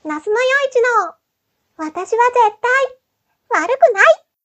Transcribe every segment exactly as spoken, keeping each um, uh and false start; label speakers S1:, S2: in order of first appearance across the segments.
S1: 那須野陽一の私は絶対悪くない。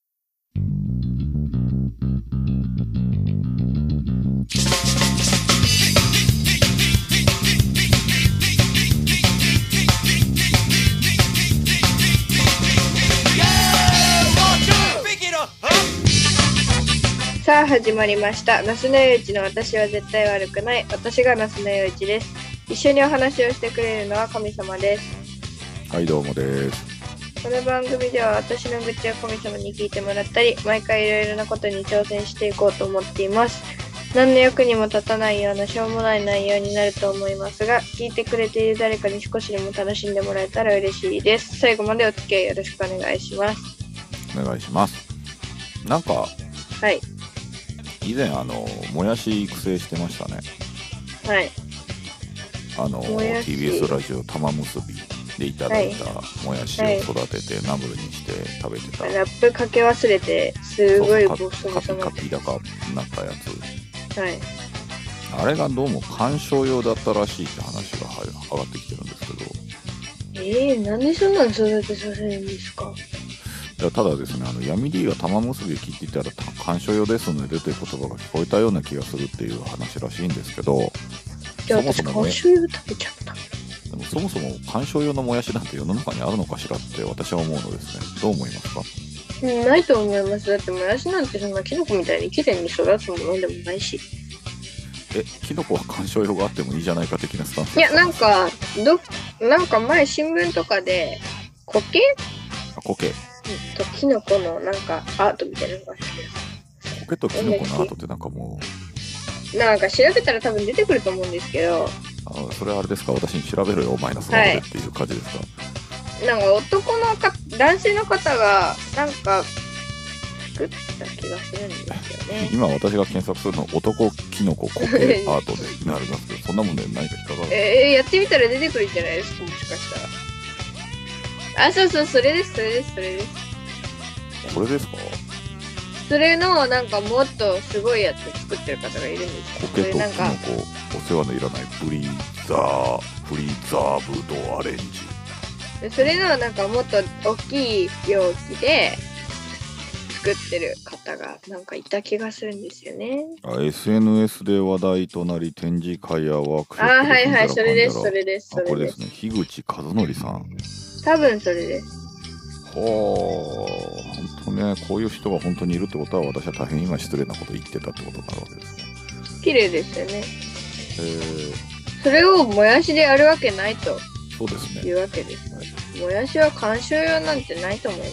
S2: さあ始まりました。那須野陽一の私は絶対悪くない。私が那須野陽一です。一緒にお話をしてくれるのは神様です。
S3: はい、どうもです。
S2: この番組では私の愚痴を神様に聞いてもらったり、毎回いろいろなことに挑戦していこうと思っています。何の役にも立たないようなしょうもない内容になると思いますが、聞いてくれている誰かに少しでも楽しんでもらえたら嬉しいです。最後までお付き合いよろしくお願いします。
S3: お願いします。なんか、
S2: はい。
S3: 以前あのもやし育成してましたね。
S2: はい。
S3: あの ティービーエス ラジオ玉結びでいただいたもやしを育ててナムルにして食べてた。
S2: ラップかけ忘れてすごいボソボソ
S3: カピカピだかなったやつ。
S2: はい。
S3: あれがどうも観賞用だったらしいって話が上がってきてるんですけど。
S2: えー、なんでそんなの育てさせるんですか。
S3: ただですね、あのヤミ D が玉結びを聞いていたら観賞用ですのでという言葉が聞こえたような気がするっていう話らしいんですけど、
S2: じゃあ私観賞用食べちゃった。
S3: でもそもそも観賞用のもやしなんて世の中にあるのかしらって私は思うのですね。どう思いますか？
S2: うん、ないと思います。だってもやしなんてそんなキノコみたいに綺麗に育つものでもないし。
S3: え、キノコは観賞用があってもいいじゃないか的なスタンス？
S2: いや、なんかどなんか前新聞とかで苔？
S3: あ、苔
S2: とキノコのなんかアートみたいなのがあって、
S3: 苔とキノコのアートってなんかも
S2: うなんか調べたら多分出てくると思うんですけど、
S3: あ、それはあれですか、私に調べろよお前のスマホでっていう感じですか？は
S2: い、なんか男のか男性の方がなんか作った気がするんですよね。
S3: 今私が検索するの男キノコ苔アートでなりますけどそんなもんで何か引っかかる？
S2: えー、やってみたら出てくるんじゃないですか、もしかしたら。あ、そうそう、それです、それです、それです。
S3: これですか？
S2: それのなんかもっとすごいやつ作ってる方がいるんですよ。
S3: 苔とキノコ、お世話のいらないフリーザーフリーザーブドアレンジ。
S2: それのなんかもっと大きい容器で作ってる方がなんかいた気がするんですよね。
S3: あ、 エスエヌエス で話題となり展示会やワークショップで。
S2: あ、はいはい、それですそれですそれです。
S3: あ、これですね、樋口和則さん。
S2: 多分それです。
S3: はあ、本当ね、こういう人が本当にいるってことは私は大変今失礼なこと言ってたってことになるわけですね。
S2: 綺麗ですよね。
S3: えー、
S2: それをもやしでやるわけないと。
S3: そうですね。
S2: いうわけです。はい、もやしは観賞用なんてないと思います。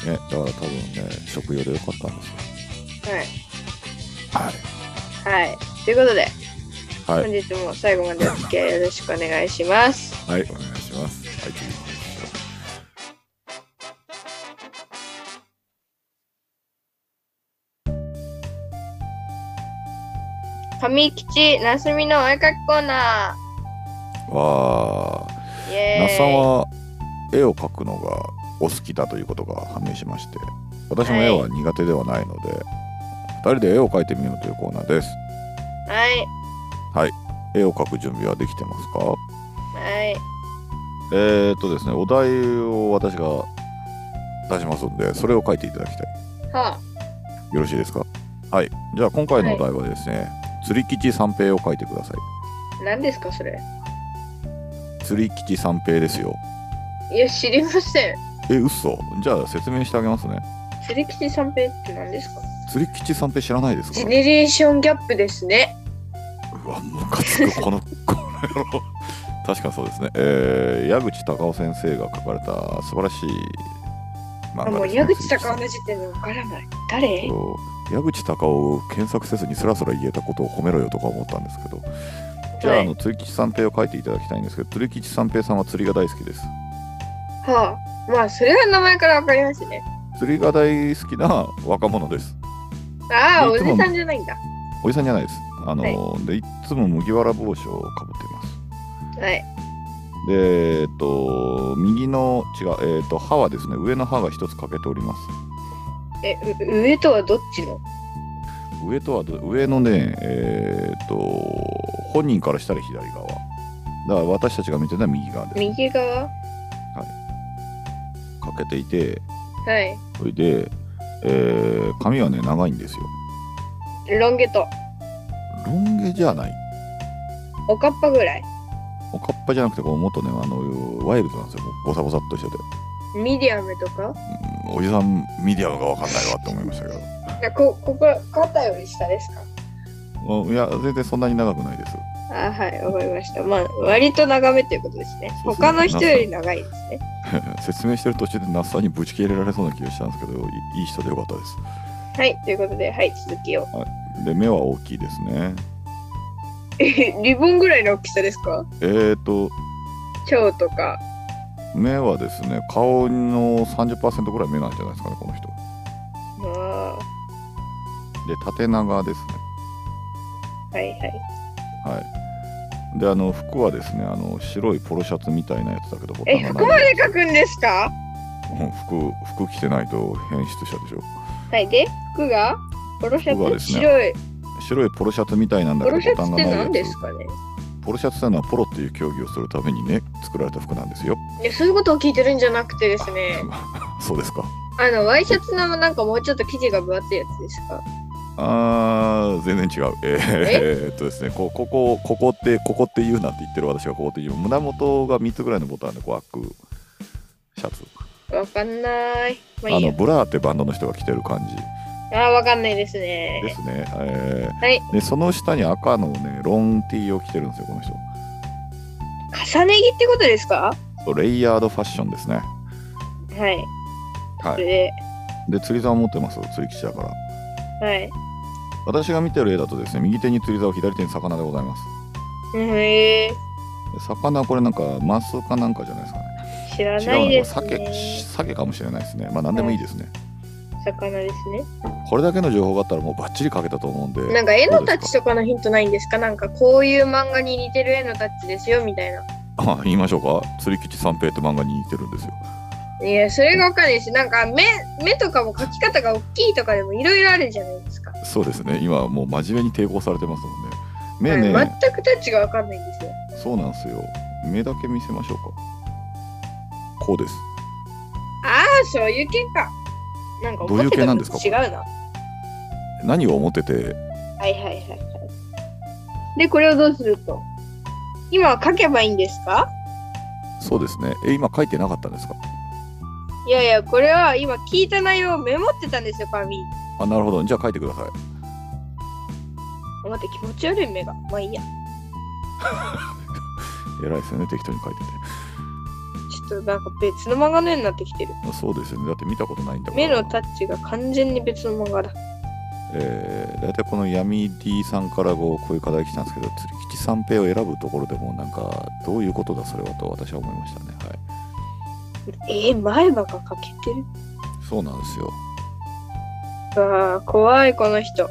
S3: ね、だから多分ね、食用でよかったんですよ。はい。
S2: はい。はい。ということで、
S3: はい、
S2: 本日も最後までお付き合いよろしくお願いします。
S3: はい、お願いします。はい、次。
S2: 上吉なすみのお絵かきコーナ
S3: ー。わー。那須さんは絵を描くのがお好きだということが判明しまして、私も絵は苦手ではないので、はい、ふたりで絵を描いてみようというコーナーです。
S2: はい。
S3: はい。絵を描く準備はできてますか？は
S2: い。
S3: えーっとですね、お題を私が出しますので、それを描いていただきたい。
S2: はあ。
S3: よろしいですか？はい。じゃあ今回のお題はですね、はい、釣り吉三平を描いてください。
S2: 何ですかそれ？
S3: 釣り吉三平ですよ。
S2: いや、知りません。
S3: え、嘘？じゃあ説明してあげますね。
S2: 釣り吉三平って何ですか？
S3: 釣り吉三平知らないですか？
S2: ジェネレーションギャップですね。
S3: うわ、ムカつくこのこの野郎。確かそうですね。えー、矢口隆夫先生が書かれた素晴らしい漫画ですね。
S2: もう矢口隆夫の時点でわからない。誰？
S3: 矢口隆夫を検索せずにスラスラ言えたことを褒めろよとか思ったんですけど、じゃあ、はい、あの釣り吉三平を書いていただきたいんですけど、釣り吉三平さんは釣りが大好きです。
S2: はあ、まあそれは名前からわかりますね。
S3: 釣りが大好きな若者です。
S2: ああ、おじさんじゃないんだ。
S3: おじさんじゃないです。あの、はい、でいつも麦わら帽子をかぶっています。
S2: はい。
S3: で、えっと右の違う、えっと歯はですね、上の歯が一つ欠けております。
S2: え、上とはどっちの？
S3: 上とは上のね、えっと本人からしたら左側。 だから私たちが見てるのは右側です。
S2: 右側。
S3: かけていて、
S2: はい。
S3: それで、えー髪はね長いんですよ。
S2: ロン毛と
S3: ロン毛じゃない。
S2: おかっぱぐらい。
S3: おかっぱじゃなくて、こうもっとね、あのワイルドなんですよ。ボサボサっとしてて、
S2: ミディアムとか。
S3: うん、おじさんミディアムが分かんないわって思いましたけど。
S2: いやこここ肩より下ですか。
S3: うんいや全然そんなに長くないです。
S2: あ、はい、わかりました。まあ割と長めということですね。
S3: そうですね
S2: 他の人より長いですね。
S3: 説明してる途中で那須さんにぶち切れられそうな気がしたんですけど、いいい人でよかったです。
S2: はい、ということで、はい、続きを。
S3: で目は大きいですね。
S2: え、リボンぐらいの大きさですか？
S3: えーと
S2: 蝶とか。
S3: 目はですね、顔の さんじゅっパーセント ぐらい目なんじゃないですかね、この人。
S2: あ
S3: で縦長ですね。
S2: あ、はいはい。
S3: はい。であの服はですね、あの白いポロシャツみたいなやつだけどボタ
S2: え、
S3: ンがない
S2: 服まで書くんですか？
S3: うん服服着てないと変質者でしょ。
S2: はい、で、服がポロシ
S3: 服は
S2: ャツ、
S3: ですね
S2: 白い。
S3: 白いポロシャツみたいなんだけ
S2: ポロシャ
S3: どボタンがないや
S2: ツって何です
S3: つ。
S2: かね？
S3: ポロシャツというのはポロっていう競技をするためにね作られた服なんですよ。
S2: いや、そういうことを聞いてるんじゃなくてですね、
S3: そうですか。
S2: あの、ワイシャツのなんかもうちょっと生地が分厚いやつですか？
S3: あー全然違う。えー、えーっとですね、こここここってここって言うなって言ってる私がここって言う、胸元がみっつぐらいのボタンでこう開くシャツ。
S2: わかんない。まあい
S3: あの
S2: いや。
S3: ブラーってバンドの人が着てる感じ
S2: あー、わかんないですね。
S3: ですね。え
S2: はい。
S3: ー、でその下に赤のねロン T を着てるんですよ、この人。
S2: 重ね着ってことですか？
S3: そうレイヤードファッションですね。
S2: はい。
S3: はい。
S2: で、
S3: で釣り竿持ってます、釣り吉だから。
S2: はい。
S3: 私が見てる絵だとですね、右手に釣り竿、左手に魚でございます。
S2: へえ、
S3: で魚はこれなんかマスかなんかじゃないですかね。
S2: 知ら
S3: 違
S2: ないで
S3: うな、これ
S2: すね。
S3: 鮭鮭かもしれないですね。まあ何でもいいですね。
S2: 魚ですね。
S3: これだけの情報があったらもうバッチリ描けたと思うんで。
S2: なんか絵のタッチ
S3: と
S2: とかのヒントないんですか？なんかこういう漫画に似てる絵のタッチですよみたいな。
S3: あ言いましょうか。釣り吉三平って漫画に似てるんですよ。
S2: いや、それがわかんないです。なんか目、目とかも描き方が大きいとかでもいろいろあるじゃないですか。
S3: そうですね。今はもう真面目に抵抗されてますもんね。目ね、
S2: はい、全くタッチがわかんないんですよ。
S3: そうなんですよ。目だけ見せましょうか。こうです。
S2: ああ、そういう系か。なんか
S3: どういう系なんですか
S2: 思ってたのと違うな。
S3: 何を思ってて、
S2: はいはいはいはい。で、これをどうすると？今は書けばいいんですか？
S3: そうですね。え、今書いてなかったんですか？
S2: いやいや、これは今聞いた内容をメモってたんですよ、紙に。
S3: あ、なるほど。じゃあ書いてください。
S2: 待って、気持ち悪い目が。まあいいや。
S3: 偉いですよね、適当に書いてて。
S2: ちょっとなんか別の漫画のようになってきてる。
S3: そうですよね。だって見たことないんだから。
S2: 目のタッチが完全に別の漫画だ。
S3: えー、大体この闇 D さんからこうこういう課題来たんですけど、釣り吉三平を選ぶところでもなんかどういうことだそれはと私は思いましたね。はい。
S2: えー、前歯が欠けてる？
S3: そうなんですよ。
S2: うわー、怖いこの人。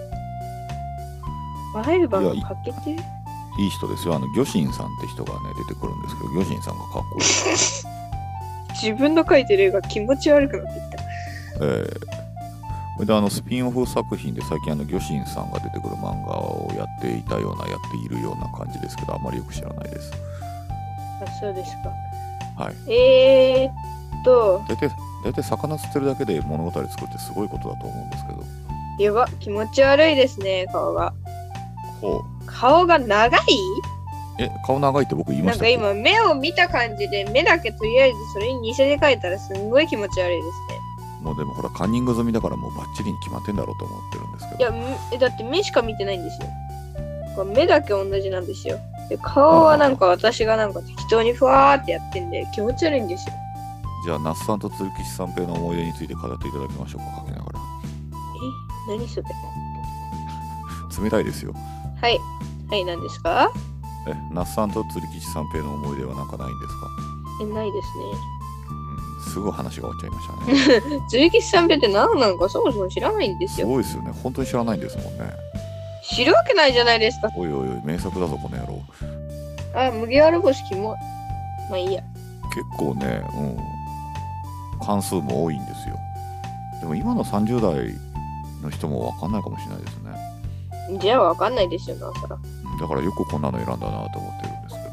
S2: 前歯が欠けてる？
S3: いい人ですよ。あの魚神さんって人がね出てくるんですけど、魚神さんがかっこいい。
S2: 自分の描いてる絵が気持ち悪くなってきた。
S3: えー、それであのスピンオフ作品で最近あの魚神さんが出てくる漫画をやっていたようなやっているような感じですけど、あまりよく知らないです。
S2: あ、そうですか。
S3: はい。
S2: えーっと、
S3: 大体大体魚釣ってるだけで物語作ってすごいことだと思うんですけど。
S2: やば、気持ち悪いですね、顔が。
S3: ほう。
S2: 顔が長い？
S3: え、顔長いって僕言いま
S2: なんか
S3: したっけ？
S2: 今目を見た感じで目だけとりあえずそれに似せて描いたらすんごい気持ち悪いですね。
S3: もうでもほらカンニング済みだからもうバッチリに決まってんだろうと思ってるんですけど。
S2: いや、むえだって目しか見てないんですよ。これ目だけ同じなんですよ。で、顔はなんか私がなんか適当にふわーってやってんで気持ち悪いんですよ。
S3: じゃあ那須さんと鶴吉三平の思い出について語っていただきましょうか、書きながら。
S2: え、何それ？
S3: 冷たいですよ。
S2: はい。はい、何ですか？
S3: え、那須さんと鶴吉三平の思い出はなんかないんですか？
S2: え、ないです
S3: うん、すぐ話が終わっちゃいましたね。
S2: ね。鶴吉さんって何なのかそもそも知らないんです
S3: す
S2: よ。
S3: ごいですよね。本当に知らないんですもんね。
S2: 知るわけないじゃないですか。
S3: おいおいおい、名作だぞこの野郎。
S2: あ、麦わら帽子キモい。まあいいや。
S3: 結構ね、うん、関数も多いんですよ。でも今のさんじゅう代の人も分かんないかもしれないですね。
S2: じゃあわかんないですよな、そら。
S3: だからよくこんなの選んだなと思ってるんですけど。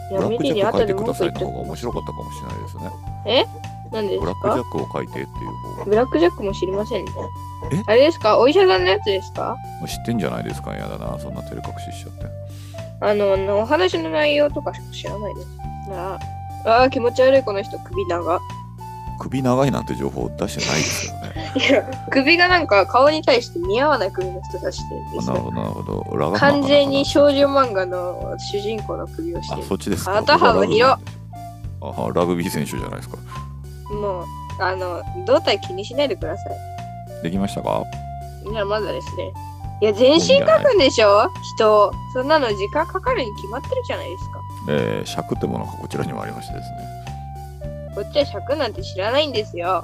S3: ブラックジ
S2: やめてに
S3: ャック書いてく
S2: 後で文句
S3: ださいの方が
S2: 言っときます。
S3: 面白かったかもしれないですね。
S2: え何です
S3: ブラックジャ
S2: か？
S3: ックを書いてっていう方が。
S2: ブラックジャックも知りませんね。
S3: え
S2: あれですか？お医者さんのやつですか？
S3: 知ってんじゃないですか。やだな、そんな照れ隠ししちゃって。
S2: あの、あのお話の内容とかしか知らないです。ああー、気持ち悪いこの人、首長。
S3: 首長いなんて情報出してないですよね。
S2: いや、首がなんか顔に対して似合わない首の人たちしてるんですよ。
S3: なるほど、なるほど。ラガーマンかな
S2: 完全に少女漫画の主人公の首をして
S3: あ、
S2: る。
S3: そっちですか。
S2: 肩幅広っ。
S3: あはラグビー選手じゃないですか。
S2: もう、あの、胴体気にしないでください。
S3: できましたか？
S2: いや、まだですね。いや、全身描くんでしょ人。そんなの時間かかるに決まってるじゃないですか。
S3: えー、尺ってものがこちらにもありましてですね。
S2: こっちは尺なんて知らないんですよ。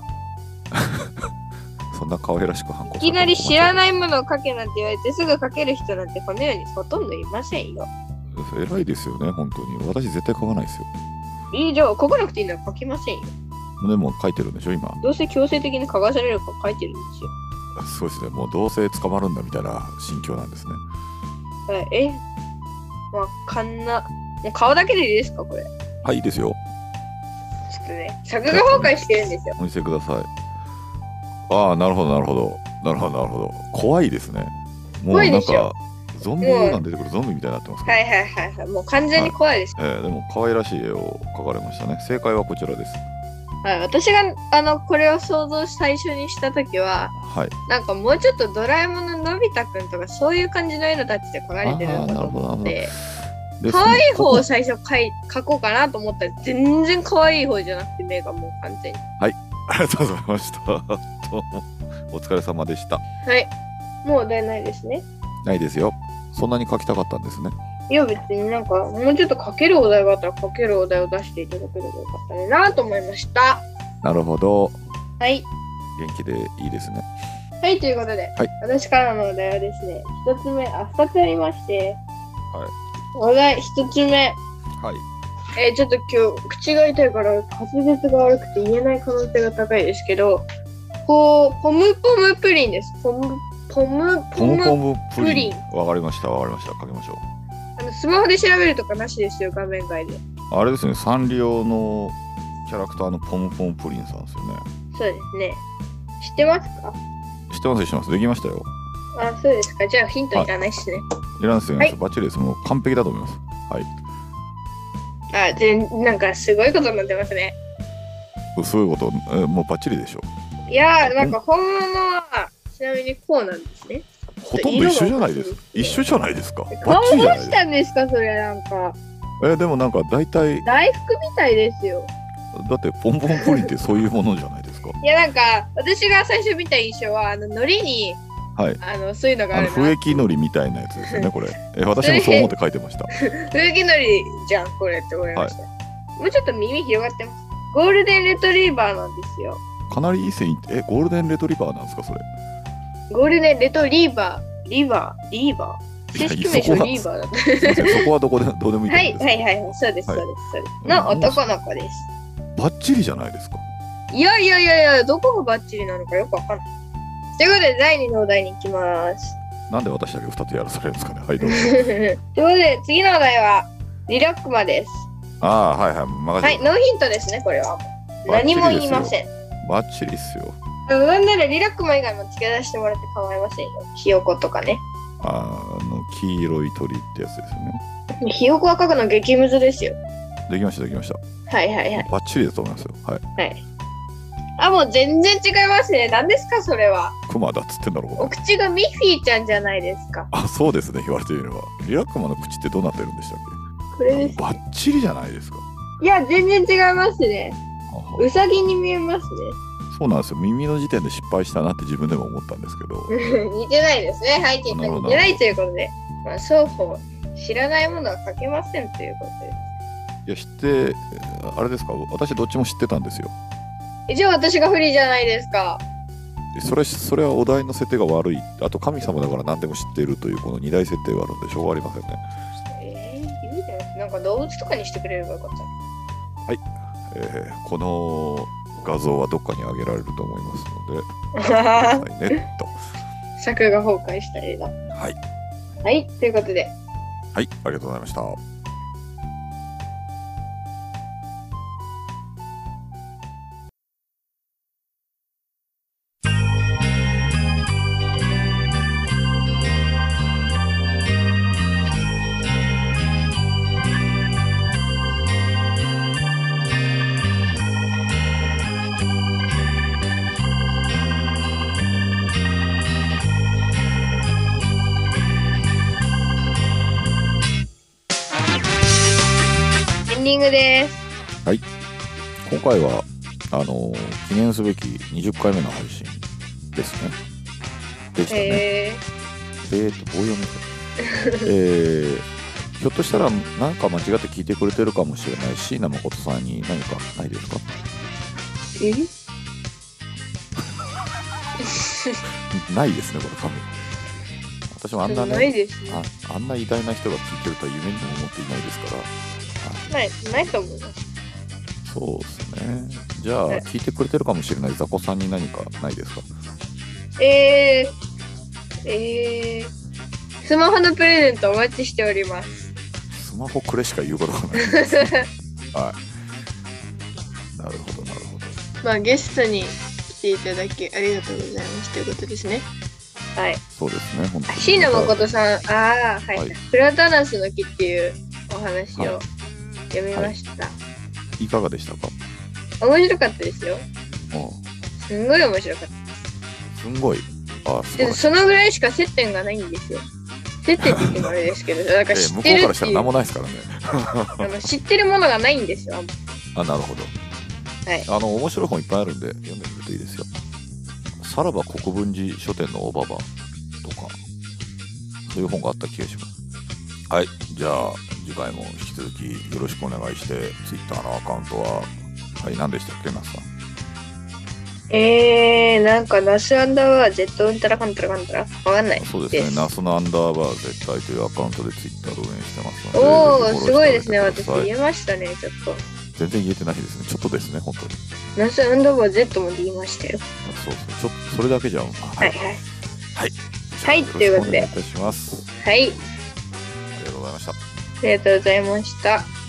S3: そんな可愛らしく反抗
S2: いきなり知らない
S3: い。
S2: ものを描けなんて言われてすぐ描ける人なんてこの世にほとんどいませんよ。
S3: 偉いですよね、本当に。私絶対書かないですよ。
S2: いいじゃん、書かなくていいのは書きませんよ。
S3: でも書いてるんでしょ、今。
S2: どうせ強制的に書かされるから書いてるんですよ。
S3: すごいですね。もうどうせ捕まるんだみたいな心境なんですね。
S2: はい、えわかんな。もう顔だけでいいですかこれ。ちょ
S3: はい、いいですよ。
S2: っとね、作画崩壊してるんですよ。
S3: お見せください。ああ、なるほど、なるほど。なるほど、なるほど。怖いですね。もう
S2: 怖い
S3: なんか
S2: でしょ、
S3: ゾンビ映画に出てくるゾンビみたいになってますけど、
S2: はいはいはいはい。もう完全に怖いです。
S3: えーでも可愛らしい絵を描かれましたね。正解はこちらです。
S2: はい、私があのこれを想像し最初にしたときは、
S3: はい。
S2: なんかもうちょっとドラえもんののび太くんとかそういう感じの絵のタッチで描かれてるのかと思って、
S3: で
S2: 可愛い方を
S3: その
S2: 最初描い描こうかなと思ったら全然可愛い方じゃなくて目がもう完全に。
S3: ありがとうございました。どうもお疲れ様でした。
S2: はい。もう題ないですね。
S3: ないですよ。そんなに描きたかったんですね。
S2: いや別になんかもうちょっと描けるお題があったら描けるお題を出していただければよかったねなと思いました。
S3: なるほど。
S2: はい。
S3: 元気でいいですね。
S2: はい、ということで、
S3: はい
S2: 私からのお題はですね、一つ目、あ、二つありまして、
S3: はい。
S2: お題一つ目、
S3: はい。
S2: えーちょっと今日口が痛いから滑舌が悪くて言えない可能性が高いですけど、こう、ポムポムプリンです。ポム、ポム
S3: ポ
S2: ポム、
S3: ムポムプリン。
S2: プリン
S3: わかりました、わかりました。書きましょう。
S2: あのスマホで調べるとかなしですよ、画面外で。
S3: あれですね、サンリオのキャラクターのポムポムプリンさんですよね。
S2: そうですね。知ってますか？
S3: 知ってます、知ってます。できましたよ。
S2: あ、そうですか。じゃあヒントいらないっすね。
S3: いらんすよ、
S2: はい
S3: バッチリです。もう完璧だと思います。はい。
S2: あ、全なんかすごいことになってますね。
S3: そういうこと、えもうバッチリでしょ。
S2: いやー、なんか本物はちなみにこうなんですね。
S3: ほとんど一緒じゃないです。一緒じゃないですか。バ
S2: 顔
S3: ッチリじゃないですか。
S2: どうしたんですかそれなんか。
S3: えでもなんか大体
S2: 大福みたいですよ。
S3: だってポンポンプリンってそういうものじゃないですか。
S2: いやなんか私が最初見た印象はあの海苔に
S3: はい。
S2: あのそういうのがあ
S3: あの
S2: るな。
S3: 不液のりみたいなやつですよね、これ。え私もそう思って書いてました。
S2: 不液海苔じゃんこれって思いました。もうちょっと耳広がってます。ゴールデンレトリーバーなんですよ。
S3: かなりいい線いって、え、ゴールデンレトリバーなんですか、それ。
S2: ゴールデンレトリーバー、リバー、リーバー。正式名称リーバーだった。
S3: すいませんそこはどこでどうでもいいと
S2: はい
S3: 思うんです
S2: はいはいはい、そうです、
S3: はい
S2: そうです、そうです。
S3: うん
S2: の男の子です。
S3: バッチリじゃないですか。
S2: いやいやいやいや、どこがバッチリなのかよくわかんない。ということで、だいにのお題に行きます。
S3: なんで私だけふたつやらされるんですかね。はい、どうぞ。
S2: ということで、次のお題は、リラックマです。
S3: ああ、はいはい、任
S2: はい、
S3: せて。
S2: ノーヒントですね、これは。何も言いません。
S3: バッチリっすよ。
S2: あのなんならリラックマ以外も付け出してもらって構いませんよ。ひよことかね。
S3: あーあの、黄色い鳥ってやつですよね。
S2: ひよこは書くの激ムズですよ。
S3: できました、できました。
S2: はいはいはい。
S3: バッチリだと思いますよ。はい。
S2: はい。あ、もう全然違いますね。何ですか、それは。
S3: クマだっつってんだろう、こ
S2: お
S3: れ。
S2: 口がミッフィーちゃんじゃないですか。
S3: あ、そうですね、言われてみれば。リラックマの口ってどうなってるんでしたっ
S2: これです。
S3: け？バッチリじゃないですか。
S2: いや、全然違いますね。
S3: はは
S2: うさぎに見えます
S3: そうなんですよ。耳の時点で失敗したなって自分でも思ったんですけど。
S2: ね。似てないですね。背景が似てないということで。まあ、双方、知らないものは書けませんということで。
S3: いや、知って、あれですか、私どっちも知ってたんですよ。
S2: 一応私が不利じゃないですか。
S3: それ、それはお題の設定が悪い。あと神様だから何でも知っているというこの二大設定があるんでしょうがありませんね。
S2: えー、いいじゃないですか。なんか動物とかにしてくれればよかった。
S3: えーこの画像はどっかに上げられると思いますので、はいねっと。
S2: 作が崩壊した映画。
S3: はい。
S2: はい、ということで。
S3: はい、ありがとうございました。 今回はあのー記念すべきにじゅっかいめの配信ですね。でしたね。
S2: へ
S3: えーと、棒読みか。えー、ひょっとしたら何か間違って聞いてくれてるかもしれない椎名誠さんに何かないですか？
S2: ええ
S3: ないですね、これ多分。私もあんな
S2: ない
S3: ね、
S2: ですね。
S3: ああんな偉大な人が聞いてるとは夢にも思っていないですから。
S2: ない、ないと思います。
S3: そうですね。じゃあ、
S2: はい
S3: 聞いてくれてるかもしれない雑魚さんに何かないですか？
S2: えー、えー、スマホのプレゼントお待ちしております。
S3: スマホくれしか言うことがないです、ね。はい。なるほど、なるほど。
S2: まあゲストに来ていただきありがとうございますということですね。はい。
S3: そうですね、本当に。
S2: 椎名誠さん、ああ、はい、
S3: はい
S2: プラタナスの木っていうお話
S3: はい
S2: を読みました。
S3: いかがでしたか？
S2: 面白かったですよ。
S3: う
S2: すんごい面白かっ
S3: ん、すんごい。あ、素晴
S2: た。で
S3: らしい。
S2: そのぐらいしか接点がないんですよ。接点って言ってもあれですけど、なんか
S3: えー向こう
S2: 知ってる
S3: からしたら
S2: っていう、
S3: 何もないですからね。
S2: あの知ってるものがないんですよ。
S3: あ、なるほど。
S2: はい。
S3: あの、面白い本いっぱいあるんで、読んでみるといいですよ。さらば国分寺書店のおばばとか、そういう本があった気がします。はい。じゃあ、次回も引き続きよろしくお願いして、Twitter のアカウントは、はい、何でしたっけ、ナスさん。
S2: えー、なんかナスアンダーバー Z うんたらかんたらかんたらわかんないです。
S3: そうですね、ナスのアンダーバー絶対というアカウントで Twitter を運営してますので、
S2: おー、
S3: ぜひフォロー
S2: すごいですね。
S3: してあげてください。
S2: 私言えましたね、ちょっと。
S3: 全然言えてないですね。ちょっとですね、本当に。
S2: ナスアンダーバー Z も言いましたよ。
S3: そうですね。ちょっと、それだけじゃん。は
S2: はいはい。
S3: はい。
S2: はいということで
S3: よろしくお願いいたします。
S2: はい。
S3: ありがとうございました。
S2: ありがとうございました。